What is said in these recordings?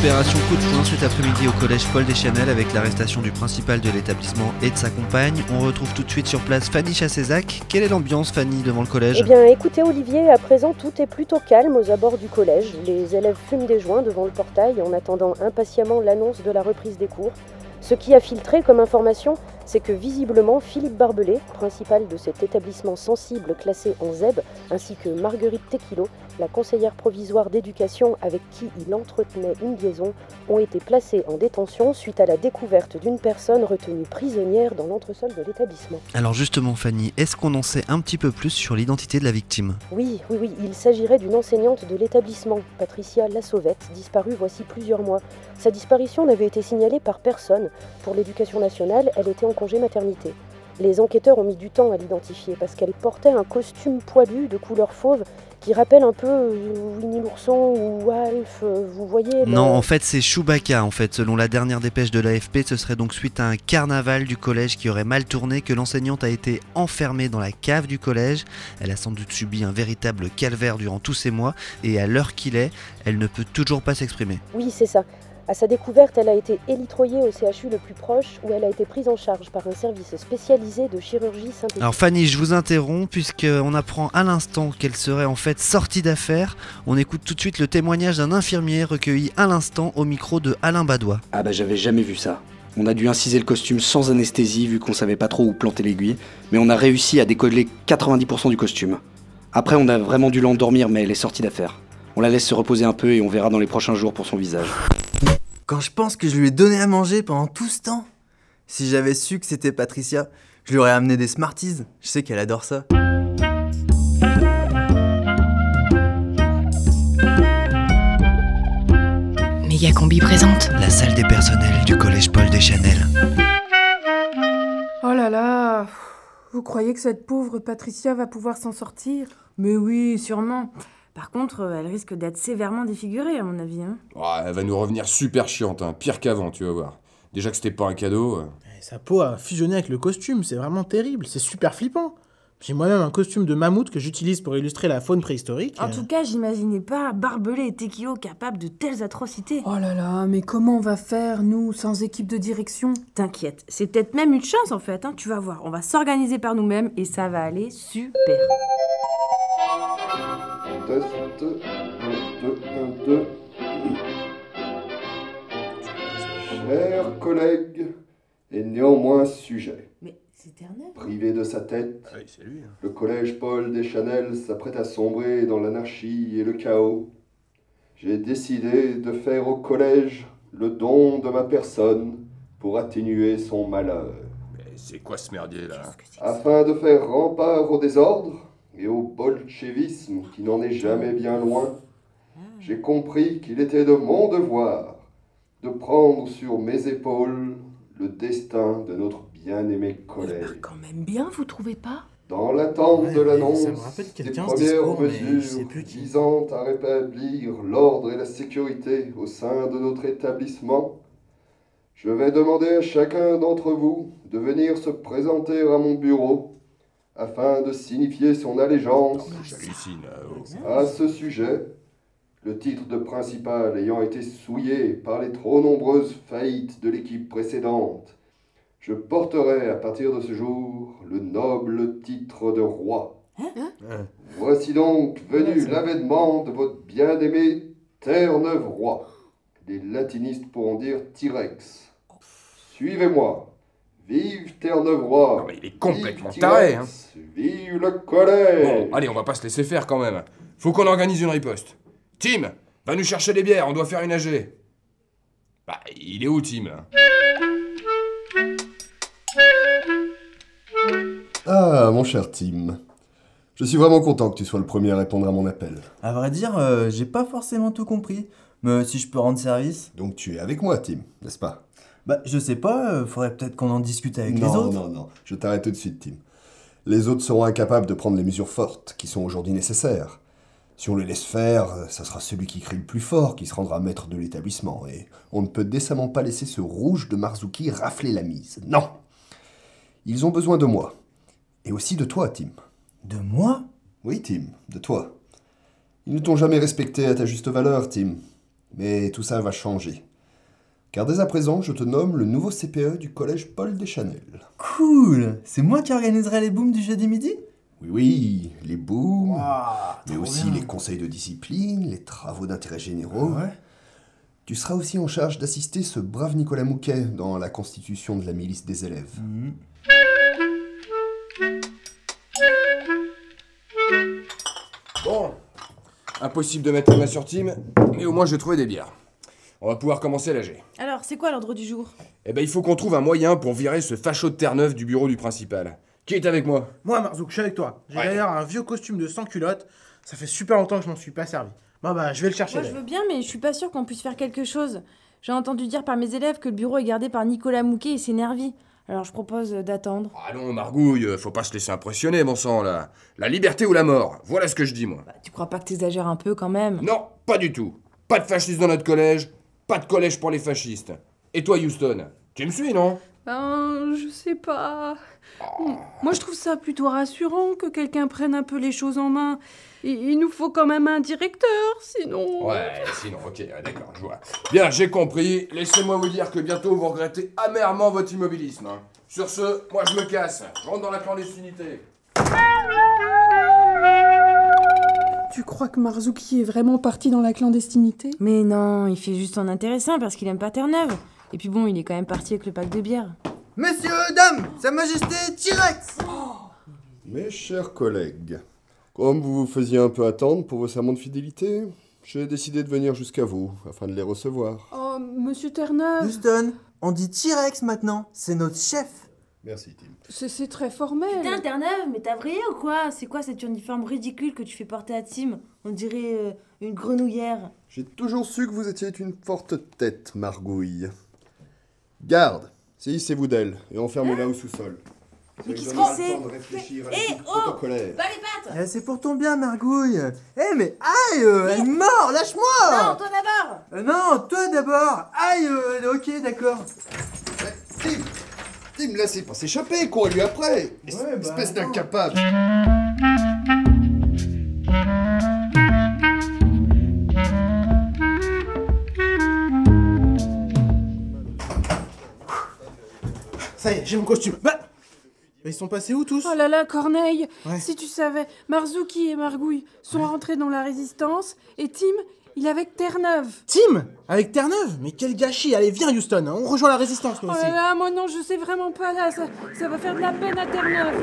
Opération coup de poing cet après-midi au collège Paul Deschanel avec l'arrestation du principal de l'établissement et de sa compagne. On retrouve tout de suite sur place Fanny Chassézac. Quelle est l'ambiance, Fanny, devant le collège ? Eh bien, écoutez Olivier, à présent tout est plutôt calme aux abords du collège. Les élèves fument des joints devant le portail en attendant impatiemment l'annonce de la reprise des cours. Ce qui a filtré comme information, c'est que visiblement Philippe Barbelé, principal de cet établissement sensible classé en ZEB, ainsi que Marguerite Tequilo, la conseillère provisoire d'éducation avec qui il entretenait une liaison, ont été placés en détention suite à la découverte d'une personne retenue prisonnière dans l'entresol de l'établissement. Alors justement, Fanny, est-ce qu'on en sait un petit peu plus sur l'identité de la victime ? Oui, il s'agirait d'une enseignante de l'établissement, Patricia Lasauvette, disparue voici plusieurs mois. Sa disparition n'avait été signalée par personne. Pour l'éducation nationale, elle était en congé maternité. Les enquêteurs ont mis du temps à l'identifier parce qu'elle portait un costume poilu de couleur fauve qui rappelle un peu Winnie l'ourson ou Alf, vous voyez Non, en fait c'est Chewbacca. Selon la dernière dépêche de l'AFP, ce serait donc suite à un carnaval du collège qui aurait mal tourné que l'enseignante a été enfermée dans la cave du collège. Elle a sans doute subi un véritable calvaire durant tous ces mois et à l'heure qu'il est, elle ne peut toujours pas s'exprimer. Oui, c'est ça. À sa découverte, elle a été élitroyée au CHU le plus proche où elle a été prise en charge par un service spécialisé de chirurgie synthétique. Alors Fanny, je vous interromps puisqu'on apprend à l'instant qu'elle serait en fait sortie d'affaire. On écoute tout de suite le témoignage d'un infirmier recueilli à l'instant au micro de Alain Badois. Ah bah j'avais jamais vu ça. On a dû inciser le costume sans anesthésie vu qu'on savait pas trop où planter l'aiguille, mais on a réussi à décoller 90% du costume. Après on a vraiment dû l'endormir mais elle est sortie d'affaire. On la laisse se reposer un peu et on verra dans les prochains jours pour son visage. Quand je pense que je lui ai donné à manger pendant tout ce temps. Si j'avais su que c'était Patricia, je lui aurais amené des Smarties. Je sais qu'elle adore ça. Mégacombi présente La salle des personnels du collège Paul Deschanel. Oh là là, vous croyez que cette pauvre Patricia va pouvoir s'en sortir ? Mais oui, sûrement. Par contre, elle risque d'être sévèrement défigurée, à mon avis. Elle va nous revenir super chiante, pire qu'avant, tu vas voir. Déjà que c'était pas un cadeau. Sa peau a fusionné avec le costume, c'est vraiment terrible, c'est super flippant. J'ai moi-même un costume de mammouth que j'utilise pour illustrer la faune préhistorique. En tout cas, j'imaginais pas Barbelé et Tequilo capables de telles atrocités. Oh là là, mais comment on va faire, nous, sans équipe de direction ? T'inquiète, c'est peut-être même une chance en fait, tu vas voir. On va s'organiser par nous-mêmes et ça va aller super. Test, 1, 2, 1, 2. Chers collègues, et néanmoins sujet. Mais c'est éternel. Privé de sa tête, Ah oui, c'est lui. le collège Paul Deschanel s'apprête à sombrer dans l'anarchie et le chaos. J'ai décidé de faire au collège le don de ma personne pour atténuer son malheur. Mais c'est quoi ce merdier là ? Afin de faire rempart au désordre et au bolchevisme qui n'en est jamais bien loin, j'ai compris qu'il était de mon devoir de prendre sur mes épaules le destin de notre bien-aimé collège. Quand même bien, vous trouvez pas ? Dans l'attente de l'annonce ça me rappelle des quelqu'un, ce premières discours, mais je mesures sais plus qui. visant à rétablir l'ordre et la sécurité au sein de notre établissement, je vais demander à chacun d'entre vous de venir se présenter à mon bureau afin de signifier son allégeance J'hallucine. à ce sujet, le titre de principal ayant été souillé par les trop nombreuses faillites de l'équipe précédente. Je porterai à partir de ce jour le noble titre de roi. Voici donc venu l'avènement de votre bien-aimé Terre-Neuve roi. Les latinistes pourront dire T-Rex. Suivez-moi. Vive Terre-Neuve roi. Non mais il est complètement Vive taré, T-Rex. Vive le collège. Bon, allez, on va pas se laisser faire quand même. Faut qu'on organise une riposte. Tim, va nous chercher des bières, on doit faire une AG. Bah, il est où Tim là ? Ah, mon cher Tim. Je suis vraiment content que tu sois le premier à répondre à mon appel. À vrai dire, j'ai pas forcément tout compris. Mais si je peux rendre service... Donc tu es avec moi, Tim, n'est-ce pas ? Bah, je sais pas, faudrait peut-être qu'on en discute avec les autres. Non, je t'arrête tout de suite, Tim. Les autres seront incapables de prendre les mesures fortes qui sont aujourd'hui nécessaires. Si on les laisse faire, ça sera celui qui crie le plus fort qui se rendra maître de l'établissement. Et on ne peut décemment pas laisser ce rouge de Marzuki rafler la mise. Non ! Ils ont besoin de moi. Et aussi de toi, Tim. De moi ? Oui, Tim, de toi. Ils ne t'ont jamais respecté à ta juste valeur, Tim. Mais tout ça va changer. Car dès à présent, je te nomme le nouveau CPE du collège Paul Deschanel. Cool! C'est moi qui organiserai les booms du jeudi midi? Oui, les booms, Wow, mais trop aussi bien. les conseils de discipline, les travaux d'intérêt généraux. Ouais. Tu seras aussi en charge d'assister ce brave Nicolas Mouquet dans la constitution de la milice des élèves. Bon, impossible de mettre les mains sur Tim, mais au moins je vais trouver des bières. On va pouvoir commencer l'AG. Alors, c'est quoi l'ordre du jour? Eh ben, il faut qu'on trouve un moyen pour virer ce facho de Terre-Neuve du bureau du principal. Qui est avec moi? Moi, Marzouk, je suis avec toi. J'ai Ouais. d'ailleurs un vieux costume de sans culotte. Ça fait super longtemps que je m'en suis pas servi. Bon, bah, je vais le chercher. Moi, je d'ailleurs. veux bien, mais je suis pas sûre qu'on puisse faire quelque chose. J'ai entendu dire par mes élèves que le bureau est gardé par Nicolas Mouquet et ses nervis. Alors, je propose d'attendre. Ah non, Margouille, faut pas se laisser impressionner, mon sang, là. La liberté ou la mort, voilà ce que je dis, moi. Bah, tu crois pas que t'exagères un peu quand même? Non, pas du tout. Pas de fascistes dans notre collège, pas de collège pour les fascistes. Et toi, Houston, tu me suis, non? Ben, je sais pas. Moi, je trouve ça plutôt rassurant que quelqu'un prenne un peu les choses en main. Il nous faut quand même un directeur, sinon... Ouais, sinon, ok, d'accord, je vois. Bien, j'ai compris. Laissez-moi vous dire que bientôt vous regrettez amèrement votre immobilisme. Hein. Sur ce, moi je me casse. Je rentre dans la clandestinité. Tu crois que Marzouki est vraiment parti dans la clandestinité? Mais non, il fait juste en intéressant parce qu'il aime pas Terre-Neuve. Et puis bon, il est quand même parti avec le pack de bière. Messieurs, dames, Sa Majesté T-Rex! Mes chers collègues, comme vous vous faisiez un peu attendre pour vos serments de fidélité, j'ai décidé de venir jusqu'à vous afin de les recevoir. Oh, Monsieur Terre-Neuve, Houston, on dit T-Rex maintenant, c'est notre chef. Merci Tim. c'est très formel. Putain, Terre-Neuve, mais t'as vrillé ou quoi? C'est quoi cet uniforme ridicule que tu fais porter à Tim? On dirait une grenouillère. J'ai toujours su que vous étiez une forte tête, Margouille. Garde, saisissez-vous d'elle et enfermez-la au sous-sol. Mais Ça qu'est-ce lui donnera que c'est? le temps de réfléchir à Eh, l'équipe oh protocolaire. Pas les pattes! C'est pour ton bien, Margouille. Eh, mais aïe, elle mord, Non, lâche-moi! toi d'abord! Non, toi d'abord. Aïe, ok, d'accord. Tim, laissez pas s'échapper, quoi, lui après. Ouais, Espèce bah, non. d'incapable. Ça y est, j'ai mon costume. Bah mais ils sont passés où tous? Oh là là, Corneille, Ouais. si tu savais, Marzouki et Margouille sont rentrés dans la résistance et Tim, il est avec Terre-Neuve. Tim? Avec Terre-Neuve? Mais quel gâchis! Allez, viens, Houston, on rejoint la résistance, nous Oh aussi. là là, moi non, je sais vraiment pas là, ça va faire de la peine à Terre-Neuve.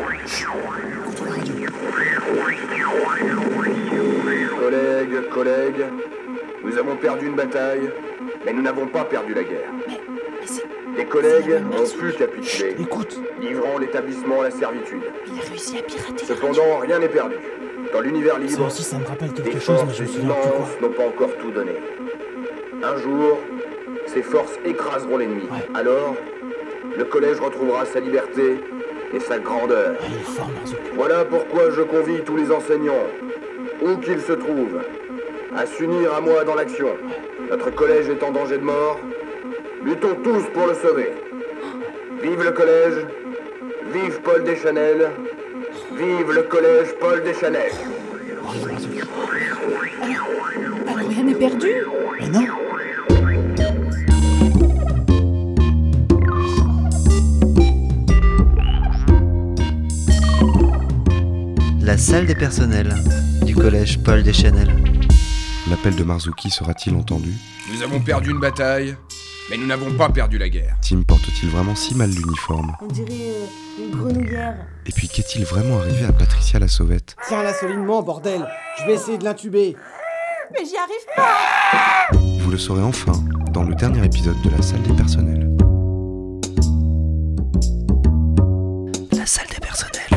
Collègues, nous avons perdu une bataille, mais nous n'avons pas perdu la guerre. Les collègues ont pu capituler, Écoute, livrant l'établissement à la servitude. Il a réussi à pirater. Cependant, rien n'est perdu. Dans l'univers ça libre, aussi, ça me rappelle les quelque chose, mais forces je me souviens plus quoi. immenses n'ont pas encore tout donné. Un jour, ces forces écraseront l'ennemi. Ouais. Alors, le collège retrouvera sa liberté et sa grandeur. Ah, il est fort, Marzouk. Voilà pourquoi je convie tous les enseignants, où qu'ils se trouvent, à s'unir à moi dans l'action. Notre collège est en danger de mort. Luttons tous pour le sauver. Vive le collège, vive Paul Deschanel, vive le collège Paul Deschanel. Alors rien n'est perdu? Mais non! La salle des personnels du collège Paul Deschanel. L'appel de Marzouki sera-t-il entendu? Nous avons perdu une bataille, mais nous n'avons pas perdu la guerre. Tim porte-t-il vraiment si mal l'uniforme? On dirait une grenouillère. Et puis qu'est-il vraiment arrivé à Patricia la Sauvette? Tiens-la solidement, bordel. Je vais essayer de l'intuber. Mais j'y arrive pas! Vous le saurez enfin dans le dernier épisode de la salle des personnels. La salle des personnels.